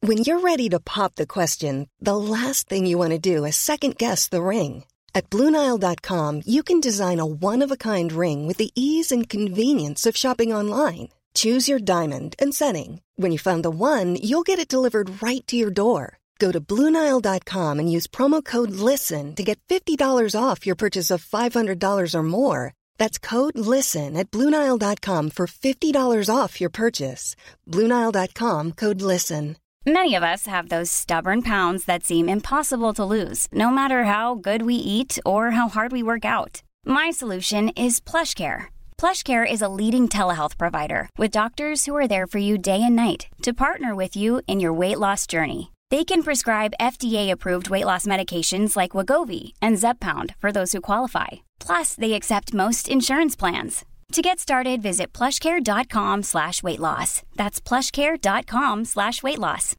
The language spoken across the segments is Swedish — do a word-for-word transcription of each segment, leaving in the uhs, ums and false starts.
When you're ready to pop the question, the last thing you want to do is second-guess the ring. At Blue Nile dot com, you can design a one-of-a-kind ring with the ease and convenience of shopping online. Choose your diamond and setting. When you find the one, you'll get it delivered right to your door. Go to Blue Nile dot com and use promo code LISTEN to get fifty dollars off your purchase of five hundred dollars or more. That's code LISTEN at Blue Nile dot com for fifty dollars off your purchase. Blue Nile dot com, code LISTEN. Many of us have those stubborn pounds that seem impossible to lose, no matter how good we eat or how hard we work out. My solution is PlushCare. PlushCare is a leading telehealth provider with doctors who are there for you day and night to partner with you in your weight loss journey. They can prescribe F D A-approved weight loss medications like Wegovy and Zepbound for those who qualify. Plus, they accept most insurance plans. To get started, visit plushcare.com slash weight loss. That's plushcare.com slash weight loss.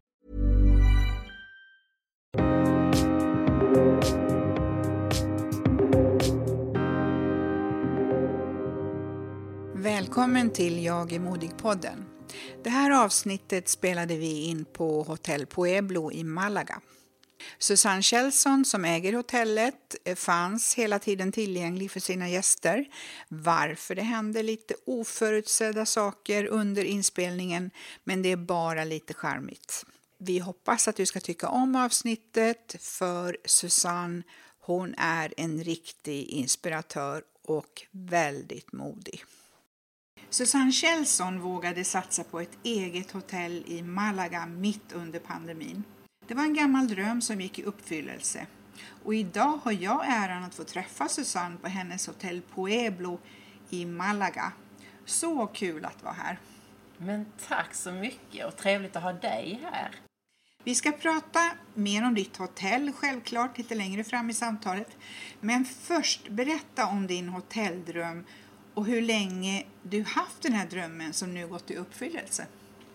Välkommen till Jag är modig-podden. Det här avsnittet spelade vi in på Hotel Pueblo i Malaga. Susanne Kjellson som äger hotellet fanns hela tiden tillgänglig för sina gäster. Varför det hände lite oförutsedda saker under inspelningen, men det är bara lite charmigt. Vi hoppas att du ska tycka om avsnittet, för Susanne, hon är en riktig inspiratör och väldigt modig. Susanne Kjellson vågade satsa på ett eget hotell i Malaga mitt under pandemin. Det var en gammal dröm som gick i uppfyllelse. Och idag har jag äran att få träffa Susanne på hennes hotell Pueblo i Malaga. Så kul att vara här. Men tack så mycket och trevligt att ha dig här. Vi ska prata mer om ditt hotell, självklart lite längre fram i samtalet. Men först berätta om din hotelldröm och hur länge du haft den här drömmen som nu gått i uppfyllelse.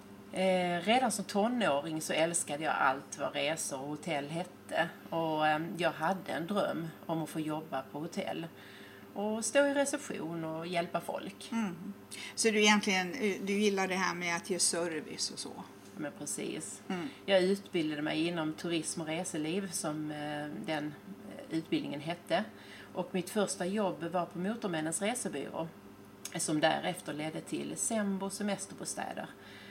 Eh, redan som tonåring så älskade jag allt vad resor och hotell hette. Och eh, jag hade en dröm om att få jobba på hotell. Och stå i reception och hjälpa folk. Mm. Så du egentligen du gillar det här med att ge service och så? Men precis. Mm. Jag utbildade mig inom turism och reseliv som eh, den utbildningen hette. Och mitt första jobb var på Motormännens resebyrå. Som därefter ledde till Sembo semesterbostäder.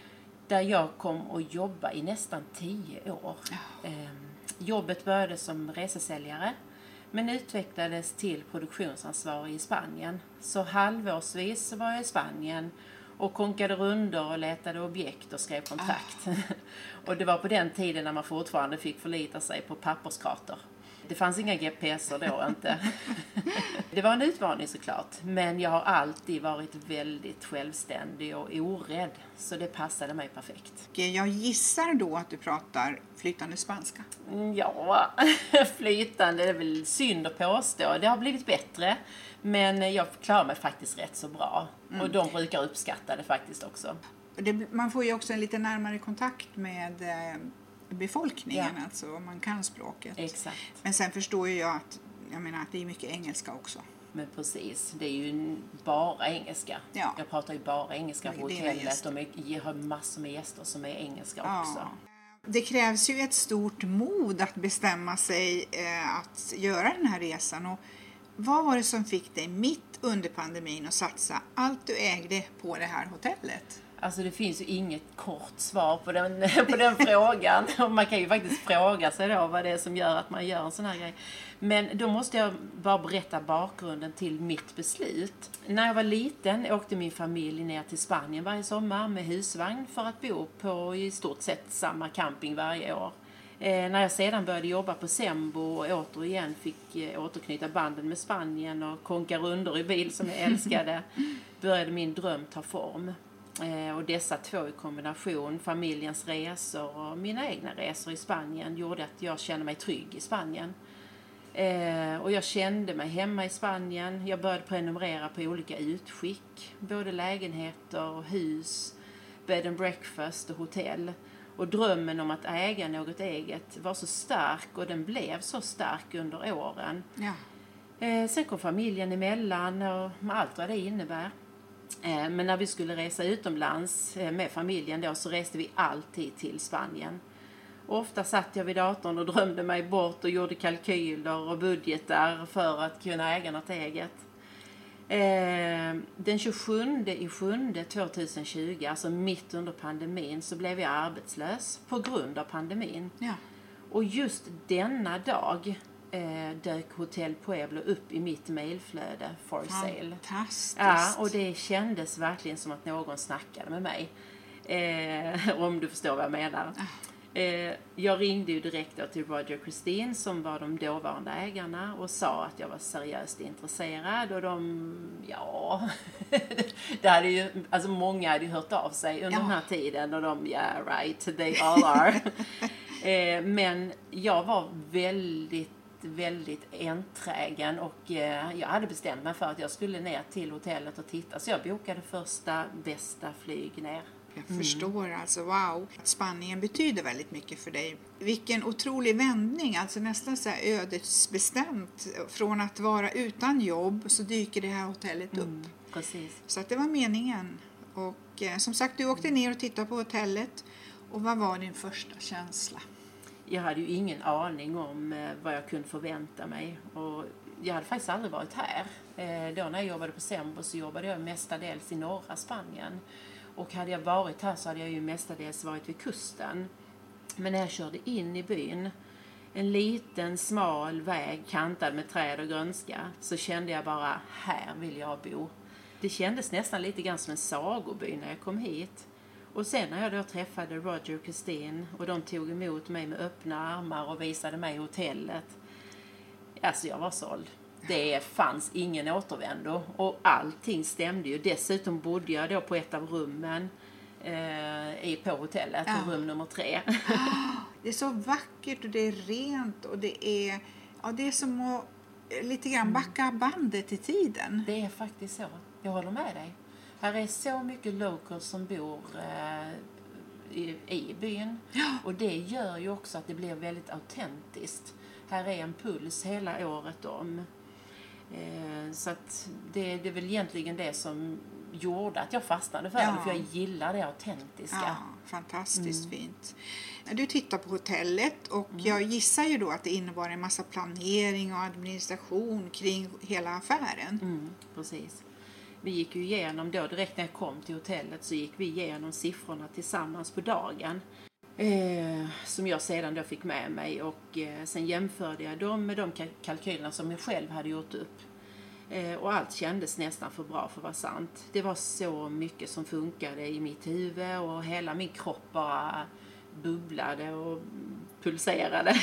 Där jag kom att jobba i nästan tio år. Oh. Eh, jobbet började som resesäljare. Men utvecklades till produktionsansvarig i Spanien. Så halvårsvis var jag i Spanien. Och konkade runder och letade objekt och skrev kontrakt. Oh. Och det var på den tiden när man fortfarande fick förlita sig på papperskartor. Det fanns inga G P S då inte. Det var en utmaning såklart. Men jag har alltid varit väldigt självständig och orädd. Så det passade mig perfekt. Jag gissar då att du pratar flytande spanska. Ja, flytande är väl synd att påstå. Det har blivit bättre. Men jag klarar mig faktiskt rätt så bra. Mm. Och de brukar uppskatta det faktiskt också. Det, man får ju också en lite närmare kontakt med befolkningen, ja. Alltså om man kan språket. Exakt. Men sen förstår jag att, jag menar att det är mycket engelska också. Men precis, det är ju bara engelska. Ja. Jag pratar ju bara engelska på hotellet. De har massor med gäster som är engelska ja. också. Det krävs ju ett stort mod att bestämma sig eh, att göra den här resan. Och vad var det som fick dig mitt under pandemin att satsa allt du ägde på det här hotellet? Alltså det finns ju inget kort svar på den, på den frågan. Och man kan ju faktiskt fråga sig då vad det är som gör att man gör en sån här grej. Men då måste jag bara berätta bakgrunden till mitt beslut. När jag var liten åkte min familj ner till Spanien varje sommar med husvagn för att bo på i stort sett samma camping varje år. Eh, när jag sedan började jobba på Sembo och återigen fick eh, återknyta banden med Spanien och konka runder i bil som jag älskade, började min dröm ta form. Eh, och dessa två i kombination, familjens resor och mina egna resor i Spanien, gjorde att jag kände mig trygg i Spanien. Eh, och jag kände mig hemma i Spanien. Jag började prenumerera på olika utskick, både lägenheter och hus, bed and breakfast och hotell. Och drömmen om att äga något eget var så stark, och den blev så stark under åren. Ja. Eh, sen kom familjen emellan och med allt vad det innebär. Eh, men när vi skulle resa utomlands eh, med familjen då, så reste vi alltid till Spanien. Och ofta satt jag vid datorn och drömde mig bort och gjorde kalkyler och budgetar för att kunna äga något eget. Eh, den tjugosjunde i sjunde tjugohundratjugo, alltså mitt under pandemin, så blev jag arbetslös på grund av pandemin. Ja. Och just denna dag eh, dök Hotel Pueblo upp i mitt mejlflöde for sale. Fantastiskt. Ja, och det kändes verkligen som att någon snackade med mig. Eh, om du förstår vad jag menar. Ah. Eh, jag ringde ju direkt då till Roger Christine som var de dåvarande ägarna och sa att jag var seriöst intresserad och de, ja, det hade ju, alltså många hade ju hört av sig under Ja. den här tiden och de, yeah right, they all are. eh, men jag var väldigt, väldigt enträgen och eh, jag hade bestämt mig för att jag skulle ner till hotellet och titta, så jag bokade första bästa flyg ner. Jag förstår alltså, wow. Att Spanien betyder väldigt mycket för dig. Vilken otrolig vändning, alltså nästan så här ödesbestämt. Från att vara utan jobb så dyker det här hotellet upp. Mm, precis. Så att det var meningen. Och eh, som sagt, du åkte ner och tittade på hotellet. Och vad var din första känsla? Jag hade ju ingen aning om eh, vad jag kunde förvänta mig. Och jag hade faktiskt aldrig varit här. Eh, då när jag jobbade på Sembo så jobbade jag mestadels i norra Spanien. Och hade jag varit här så hade jag ju mestadels varit vid kusten. Men när jag körde in i byn, en liten smal väg kantad med träd och grönska, så kände jag bara, här vill jag bo. Det kändes nästan lite grann som en sagoby när jag kom hit. Och sen när jag då träffade Roger och Christine och de tog emot mig med öppna armar och visade mig hotellet. Alltså jag var såld. Det fanns ingen återvändo och allting stämde ju. Dessutom bodde jag då på ett av rummen eh, på hotellet, Ja. rum nummer tre. Det är så vackert och det är rent och det är, ja, det är som att lite grann backa bandet i tiden. Det är faktiskt så. Jag håller med dig. Här är så mycket locals som bor eh, i, i byn. Ja. Och det gör ju också att det blir väldigt autentiskt. Här är en puls hela året om. Eh, så att det, det är väl egentligen det som gjorde att jag fastnade för Ja. det. För jag gillar det autentiska. Ja, fantastiskt fint. Du tittar på hotellet och jag gissar ju då att det innebar en massa planering och administration kring hela affären. Mm, precis. Vi gick ju igenom då, direkt när jag kom till hotellet så gick vi igenom siffrorna tillsammans på dagen. Eh, som jag sedan då fick med mig och eh, sen jämförde jag dem med de kalk- kalkylerna som jag själv hade gjort upp. Eh, och allt kändes nästan för bra för att vara sant. Det var så mycket som funkade i mitt huvud och hela min kropp bara bubblade och pulserade.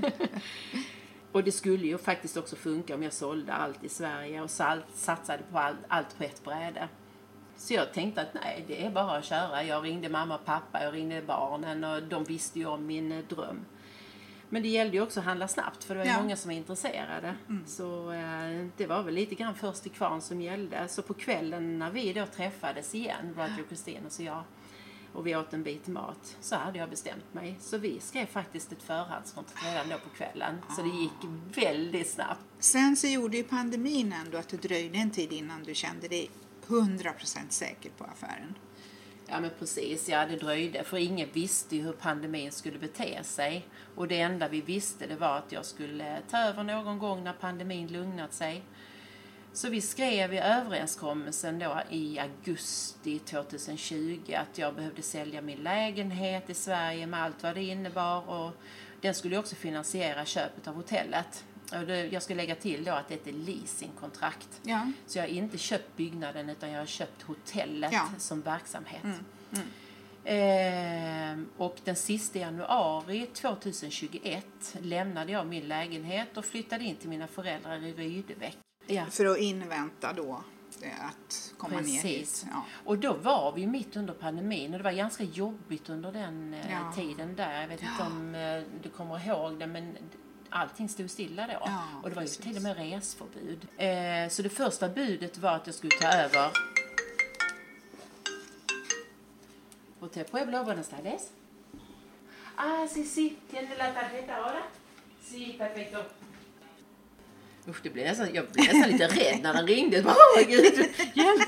Och det skulle ju faktiskt också funka om jag sålde allt i Sverige och salt, satsade på allt, allt på ett bräde. Så jag tänkte att nej, det är bara att köra. Jag ringde mamma och pappa, jag ringde barnen och de visste ju om min dröm. Men det gällde ju också att handla snabbt för det var ju Ja. många som var intresserade. Mm. Så eh, det var väl lite grann först i kvarn som gällde. Så på kvällen när vi då träffades igen, Roger och Christine och så jag, och vi åt en bit mat, så hade jag bestämt mig. Så vi skrev faktiskt ett förhandskontrakt redan då på kvällen. Så det gick väldigt snabbt. Sen så gjorde ju pandemin ändå att det dröjde en tid innan du kände dig hundra procent säker på affären. Ja men precis, ja det dröjde. För ingen visste ju hur pandemin skulle bete sig. Och det enda vi visste det var att jag skulle ta över någon gång när pandemin lugnat sig. Så vi skrev i överenskommelsen då i augusti tjugohundratjugo att jag behövde sälja min lägenhet i Sverige med allt vad det innebar. Och den skulle också finansiera köpet av hotellet. Och det, jag ska lägga till då att det är ett leasingkontrakt. Ja. Så jag har inte köpt byggnaden utan jag har köpt hotellet Ja. som verksamhet. Mm. Mm. Eh, och den sista januari tjugohundratjugoett lämnade jag min lägenhet och flyttade in till mina föräldrar i Rydebäck. Ja. För att invänta då eh, att komma ner Precis. hit. Ja. Och då var vi mitt under pandemin och det var ganska jobbigt under den eh, Ja. tiden där. Jag vet Ja. inte om eh, du kommer ihåg det, men allting stod stilla då. Ja, och det var ju precis. till och med resförbud. Eh, så det första budet var att jag skulle ta över Hotel Pueblo, buenas tardes. Ah, sí, sí, tiene la tarjeta ahora? Sí, perfecto. Usch, det blev nästan, jag blev nästan lite rädd när den ringde. Åh, oh, gud, hjälp,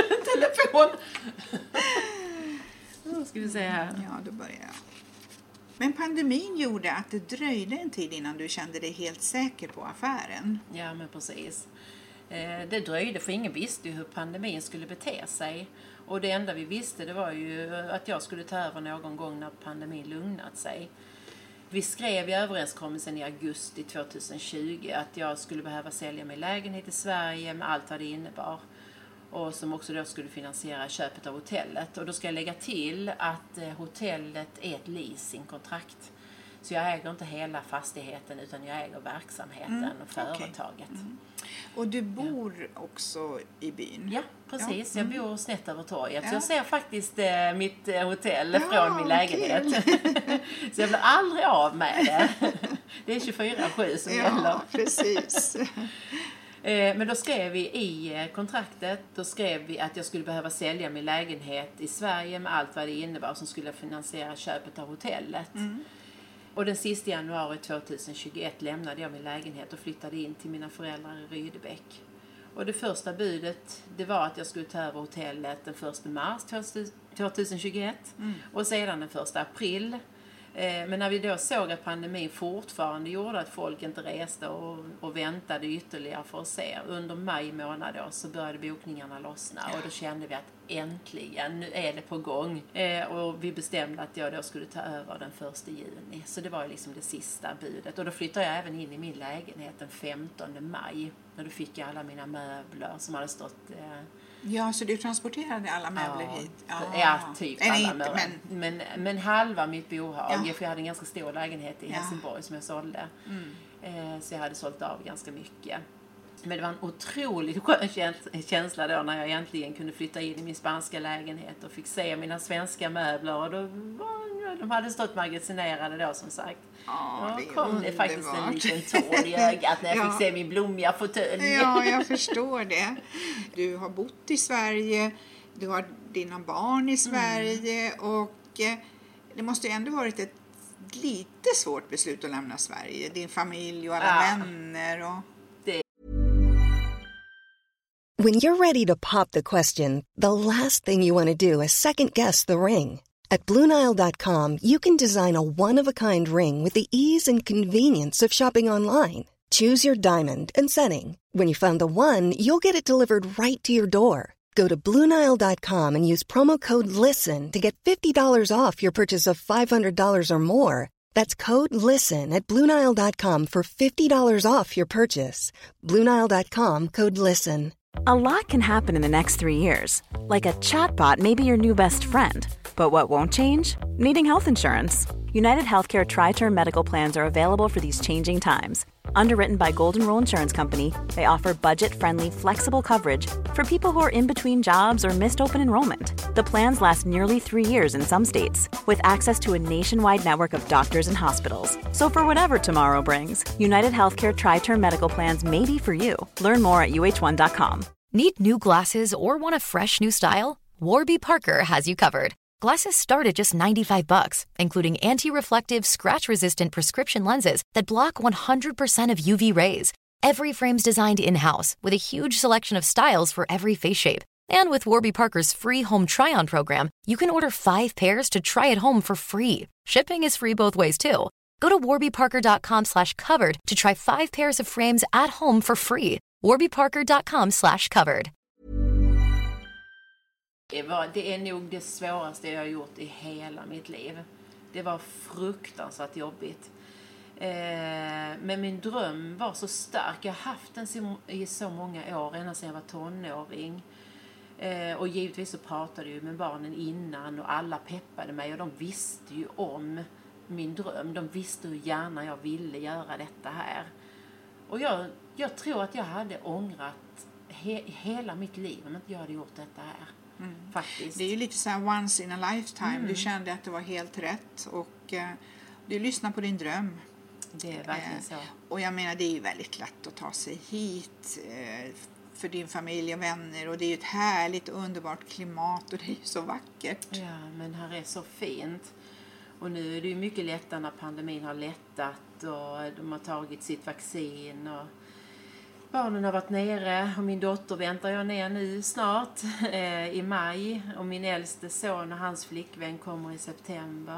telefon. Nu ska vi se här. Ja, då börjar jag. Men pandemin gjorde att det dröjde en tid innan du kände dig helt säker på affären. Ja, men precis. Det dröjde, för ingen visste ju hur pandemin skulle bete sig. Och det enda vi visste, det var ju att jag skulle ta över någon gång när pandemin lugnat sig. Vi skrev i överenskommelsen i augusti tjugohundratjugo att jag skulle behöva sälja min lägenhet i Sverige med allt vad det innebar. Och som också då skulle finansiera köpet av hotellet. Och då ska jag lägga till att hotellet är ett leasingkontrakt. Så jag äger inte hela fastigheten, utan jag äger verksamheten mm, och företaget. Okay. Mm. Och du bor ja. också i byn? Ja, precis. Ja. Mm. Jag bor snett över torget. Ja. Så jag ser faktiskt eh, mitt eh, hotell ja, från min lägenhet. Så jag blir aldrig av med det. Det är tjugofyra sju som ja, gäller. Ja, precis. Men då skrev vi i kontraktet, då skrev vi att jag skulle behöva sälja min lägenhet i Sverige med allt vad det innebar som skulle finansiera köpet av hotellet. Mm. Och den sista januari tjugohundratjugoett lämnade jag min lägenhet och flyttade in till mina föräldrar i Rydebäck. Och det första budet, det var att jag skulle ta över hotellet den första mars tjugohundratjugoett mm. och sedan den första april. Men när vi då såg att pandemin fortfarande gjorde att folk inte reste och, och väntade ytterligare för att se, under maj månad då, så började bokningarna lossna. Och då kände vi att äntligen, nu är det på gång. Eh, och vi bestämde att jag då skulle ta över den första juni. Så det var liksom det sista budet. Och då flyttade jag även in i min lägenhet den femtonde maj. Och då fick jag alla mina möbler som hade stått... Eh, Ja, så du transporterade alla möbler ja, hit? Ja, ja typ Eller alla inte, möbler. Men... Men, men halva mitt bohag, ja. för jag hade en ganska stor lägenhet i ja. Helsingborg som jag sålde. Mm. Eh, så jag hade sålt av ganska mycket. Men det var en otroligt skön känsla då när jag äntligen kunde flytta in i min spanska lägenhet och fick se mina svenska möbler. Och då, de hade stått magasinerade då, som sagt. Ja, det kom underbart. Det faktiskt en liten tår i ögat när jag ja. fick se min blommiga fåtölj. Ja, jag förstår det. Du har bott i Sverige, du har dina barn i Sverige mm. och det måste ju ändå varit ett lite svårt beslut att lämna Sverige. Din familj och alla ja. vänner och... When you're ready to pop the question, the last thing you want to do is second guess the ring. At Blue Nile dot com, you can design a one-of-a-kind ring with the ease and convenience of shopping online. Choose your diamond and setting. When you find the one, you'll get it delivered right to your door. Go to Blue Nile dot com and use promo code LISTEN to get fifty dollars off your purchase of five hundred dollars or more. That's code LISTEN at Blue Nile dot com for fifty dollars off your purchase. Blue Nile dot com, code LISTEN. A lot can happen in the next three years. Like a chatbot may be your new best friend. But what won't change? Needing health insurance. United Healthcare Tri-Term Medical Plans are available for these changing times. Underwritten by Golden Rule Insurance Company, they offer budget-friendly, flexible coverage for people who are in between jobs or missed open enrollment. The plans last nearly three years in some states, with access to a nationwide network of doctors and hospitals. So for whatever tomorrow brings, United Healthcare Tri-Term Medical Plans may be for you. Learn more at U H one dot com. Need new glasses or want a fresh new style? Warby Parker has you covered. Glasses start at just ninety-five bucks, including anti-reflective, scratch-resistant prescription lenses that block one hundred percent of U V rays. Every frame's designed in-house with a huge selection of styles for every face shape. And with Warby Parker's free home try-on program, you can order five pairs to try at home for free. Shipping is free both ways, too. Go to warby parker dot com slash covered to try five pairs of frames at home for free. warby parker dot com slash covered. Det, var, det är nog det svåraste jag har gjort i hela mitt liv. Det var fruktansvärt jobbigt. Eh, men min dröm var så stark. Jag har haft den i så många år, ända sedan jag var tonåring. Eh, och givetvis så pratade jag med barnen innan och alla peppade mig. Och de visste ju om min dröm. De visste hur gärna jag ville göra detta här. Och jag, jag tror att jag hade ångrat he, hela mitt liv om inte jag hade gjort detta här. Mm. Faktiskt. Det är ju lite så här once in a lifetime. Mm. Du kände att det var helt rätt och eh, du lyssnar på din dröm. Det är verkligen eh, så. Och jag menar, det är ju väldigt lätt att ta sig hit eh, för din familj och vänner. Och det är ju ett härligt och underbart klimat och det är ju så vackert. Ja, men här är så fint. Och nu är det ju mycket lättare när pandemin har lättat och de har tagit sitt vaccin och barnen har varit nere och min dotter väntar jag ner nu snart eh, i maj. Och min äldste son och hans flickvän kommer i september.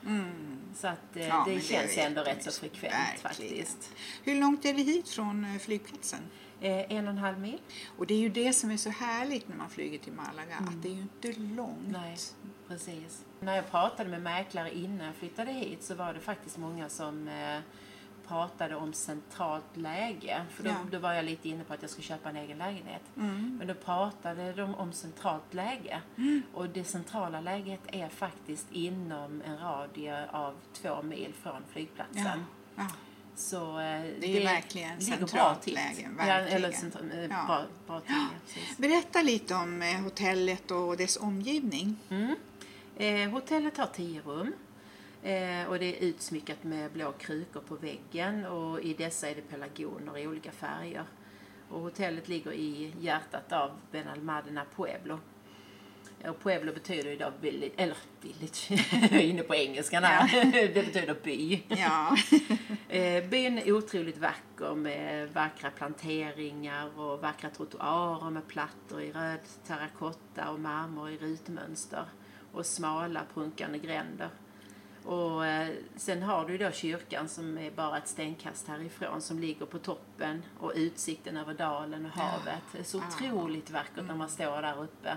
Mm. Så att eh, ja, det känns det ändå rätt så frekvent verkligen. Faktiskt. Hur Hur långt är det hit från flygplatsen? Eh, en och en halv mil. Och det är ju det som är så härligt när man flyger till Malaga, mm. att det är ju inte långt. Nej, precis. När jag pratade med mäklare innan jag flyttade hit så var det faktiskt många som eh, pratade om centralt läge. För då, ja. då var jag lite inne på att jag skulle köpa en egen lägenhet. Mm. Men då pratade de om centralt läge. Mm. Och det centrala läget är faktiskt inom en radie av två mil från flygplatsen. Ja. Ja. Så eh, det, det är ju verkligen centralt läge. Ja, eller centra- eh, ja. bra, bra till, ja, Berätta lite om eh, hotellet och dess omgivning. Mm. Eh, hotellet har tio rum. Eh, och det är utsmyckat med blå krukor på väggen och i dessa är det pelargoner i olika färger. Och hotellet ligger i hjärtat av Benalmádena Pueblo. Och Pueblo betyder idag billigt, eller billigt, jag är inne på engelskan här, ja. Det betyder by. Ja. eh, byn är otroligt vacker med vackra planteringar och vackra trottoarer med plattor i röd terrakotta och marmor i rutmönster och smala prunkande gränder. Och eh, sen har du då kyrkan som är bara ett stenkast härifrån som ligger på toppen och utsikten över dalen och havet. Det är så otroligt vackert mm. när man står där uppe.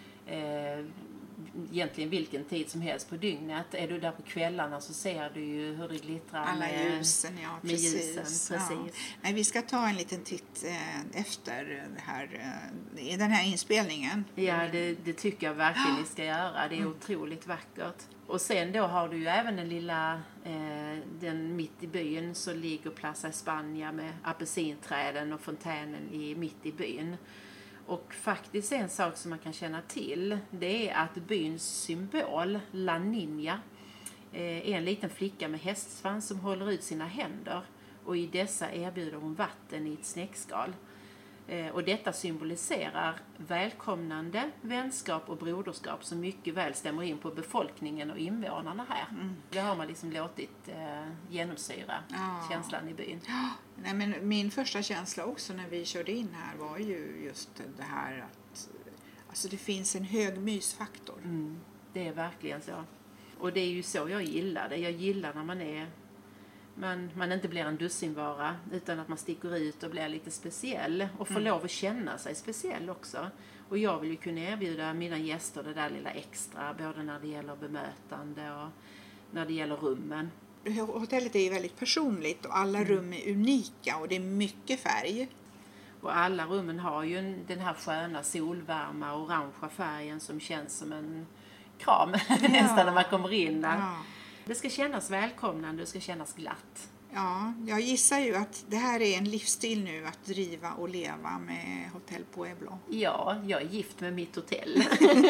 Eh, egentligen vilken tid som helst på dygnet. Är du där på kvällarna så ser du ju hur det glittrar alla med ljusen. Ja, med precis. Ljusen, precis. Ja. Nej, vi ska ta en liten titt eh, efter det här, eh, den här inspelningen. Ja, det, det tycker jag verkligen ni ska göra. Det är mm. otroligt vackert. Och sen då har du ju även den lilla, eh, den mitt i byn så ligger Plaza España med apelsinträden och fontänen i, mitt i byn. Och faktiskt en sak som man kan känna till, det är att byns symbol, La Niña, är en liten flicka med hästsvans som håller ut sina händer. Och i dessa erbjuder hon vatten i ett snäckskal. Och detta symboliserar välkomnande, vänskap och broderskap som mycket väl stämmer in på befolkningen och invånarna här. Mm. Det har man liksom låtit eh, genomsyra ja. känslan i byn. Ja. Nej, men min första känsla också när vi körde in här var ju just det här att alltså det finns en hög mysfaktor. Mm. Det är verkligen så. Och det är ju så jag gillar det. Jag gillar när man är Man, man inte blir en dussinvara utan att man sticker ut och blir lite speciell och får mm. lov att känna sig speciell också. Och jag vill ju kunna erbjuda mina gäster det där lilla extra både när det gäller bemötande och när det gäller rummen. Hotellet är ju väldigt personligt och alla mm. rum är unika och det är mycket färg. Och alla rummen har ju den här sköna solvarma orangea färgen som känns som en kram ja. nästan när man kommer in där. Ja. Det ska kännas välkomnande, det ska kännas glatt. Ja, jag gissar ju att det här är en livsstil nu att driva och leva med Hotel Pueblo. Ja, jag är gift med mitt hotell.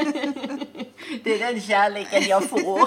Det är den kärleken jag får.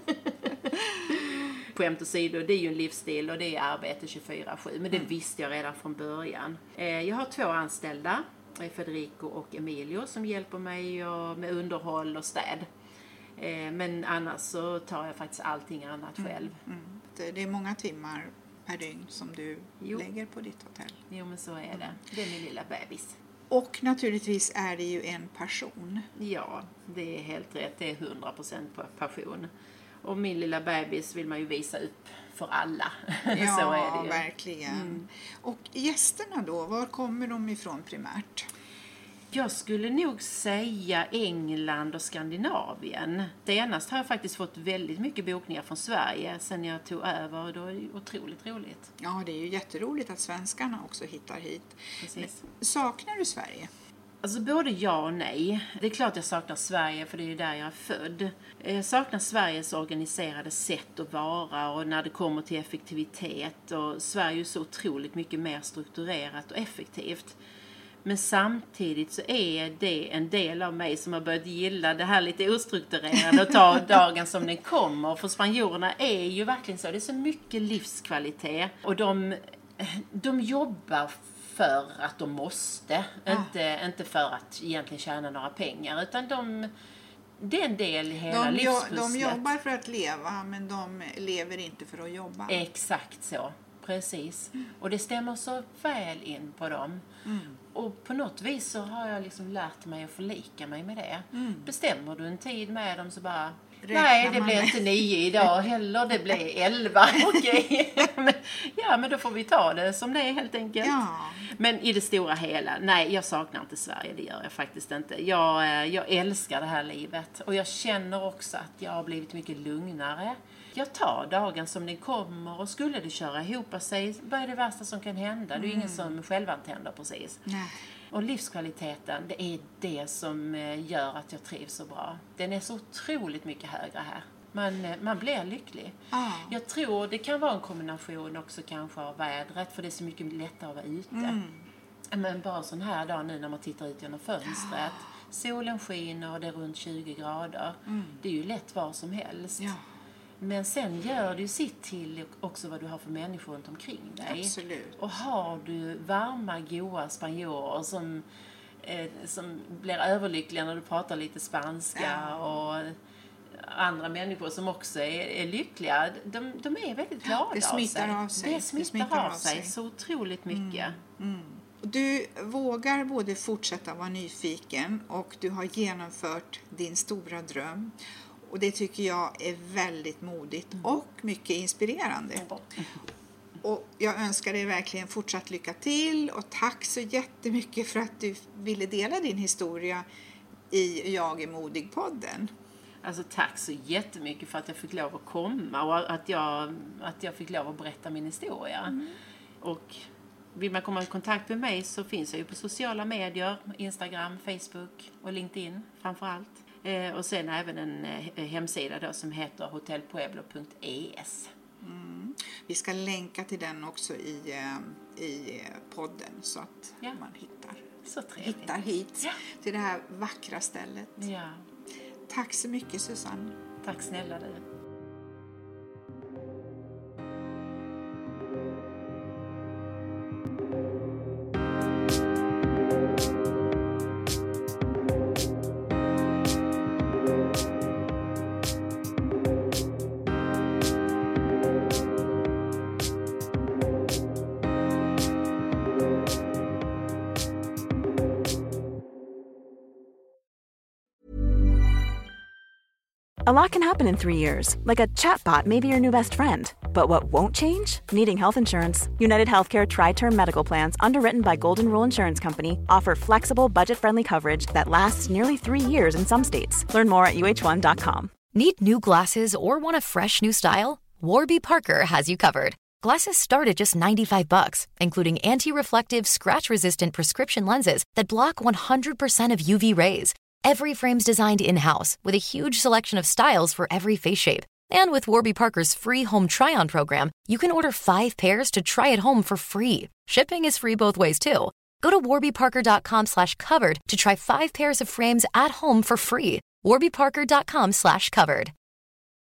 Skämt åsido, det är ju en livsstil och det är arbete tjugofyra sju. Men det mm. visste jag redan från början. Jag har två anställda, Federico och Emilio, som hjälper mig med underhåll och städ. Men annars så tar jag faktiskt allting annat själv. Mm, mm. Det är många timmar per dygn som du jo. lägger på ditt hotell. Jo, men så är det. Det är min lilla bebis. Och naturligtvis är det ju en passion. Ja, det är helt rätt. Det är hundra procent passion. Och min lilla bebis vill man ju visa upp för alla. Ja, så är det ju. Verkligen. Mm. Och gästerna då, var kommer de ifrån primärt? Jag skulle nog säga England och Skandinavien. Senast har jag faktiskt fått väldigt mycket bokningar från Sverige sen jag tog över och då är det otroligt roligt. Ja, det är ju jätteroligt att svenskarna också hittar hit. Precis. Men, saknar du Sverige? Alltså både ja och nej. Det är klart jag saknar Sverige för det är ju där jag är född. Jag saknar Sveriges organiserade sätt att vara och när det kommer till effektivitet. Och Sverige är ju så otroligt mycket mer strukturerat och effektivt. Men samtidigt så är det en del av mig som har börjat gilla det här lite ostrukturerade och ta dagen som den kommer. För spanjorerna är ju verkligen så. Det är så mycket livskvalitet. Och de, de jobbar för att de måste. Ja. Inte, inte för att egentligen tjäna några pengar. Utan de, det är en del i hela de, livspusslet. De jobbar för att leva men de lever inte för att jobba. Exakt så. Precis. Mm. Och det stämmer så väl in på dem. Mm. Och på något vis så har jag liksom lärt mig att förlika mig med det. Mm. Bestämmer du en tid med dem så bara, Nej, det man blir med? inte nio idag heller. Det blir elva. Okej. Men, ja, men då får vi ta det som det är helt enkelt. Ja. Men i det stora hela, nej, jag saknar inte Sverige. Det gör jag faktiskt inte. Jag, eh, jag älskar det här livet. Och jag känner också att jag har blivit mycket lugnare. Jag tar dagen som den kommer, och skulle det köra ihop sig, vad är det värsta som kan hända? Det är ju ingen som självantänder precis. Nej. Och livskvaliteten, det är det som gör att jag trivs så bra. Den är så otroligt mycket högre här. Man, man blir lycklig. Ah. Jag tror det kan vara en kombination också kanske av vädret, för det är så mycket lättare att vara ute. Mm. Men bara sån här dag nu när man tittar ut genom fönstret. Ah. Solen skiner och det är runt tjugo grader. Mm. Det är ju lätt var som helst. Ja. Men sen gör det ju sitt till också vad du har för människor runt omkring dig. Absolut. Och har du varma, goa spanjorer som, eh, som blir överlyckliga när du pratar lite spanska. Ja. Och andra människor som också är, är lyckliga. De, de är väldigt glada det smittar av sig. av sig. Det smittar, det smittar av sig. sig så otroligt mycket. Mm. Mm. Du vågar både fortsätta vara nyfiken, och du har genomfört din stora dröm. Och det tycker jag är väldigt modigt mm. och mycket inspirerande. Mm. Och jag önskar dig verkligen fortsatt lycka till. Och tack så jättemycket för att du ville dela din historia i Jag är modig-podden. Alltså tack så jättemycket för att jag fick lov att komma. Och att jag, att jag fick lov att berätta min historia. Mm. Och vill man komma i kontakt med mig så finns jag ju på sociala medier. Instagram, Facebook och LinkedIn framförallt. Eh, och sen även en eh, hemsida då som heter hotell pueblo punkt e s. Mm. Vi ska länka till den också i, eh, i podden så att ja. man hittar, så hittar hit ja. till det här vackra stället. Ja. Tack så mycket, Susanne. Tack snälla du. A lot can happen in three years, like a chatbot may be your new best friend. But what won't change? Needing health insurance. United Healthcare Tri-Term Medical Plans, underwritten by Golden Rule Insurance Company, offer flexible, budget-friendly coverage that lasts nearly three years in some states. Learn more at U H one dot com. Need new glasses or want a fresh new style? Warby Parker has you covered. Glasses start at just ninety-five bucks, including anti-reflective, scratch-resistant prescription lenses that block one hundred percent of U V rays. Every frame's designed in-house with a huge selection of styles for every face shape. And with Warby Parker's free home try-on program, you can order five pairs to try at home for free. Shipping is free both ways too. Go to warby parker dot com slash covered to try five pairs of frames at home for free. warby parker dot com slash covered.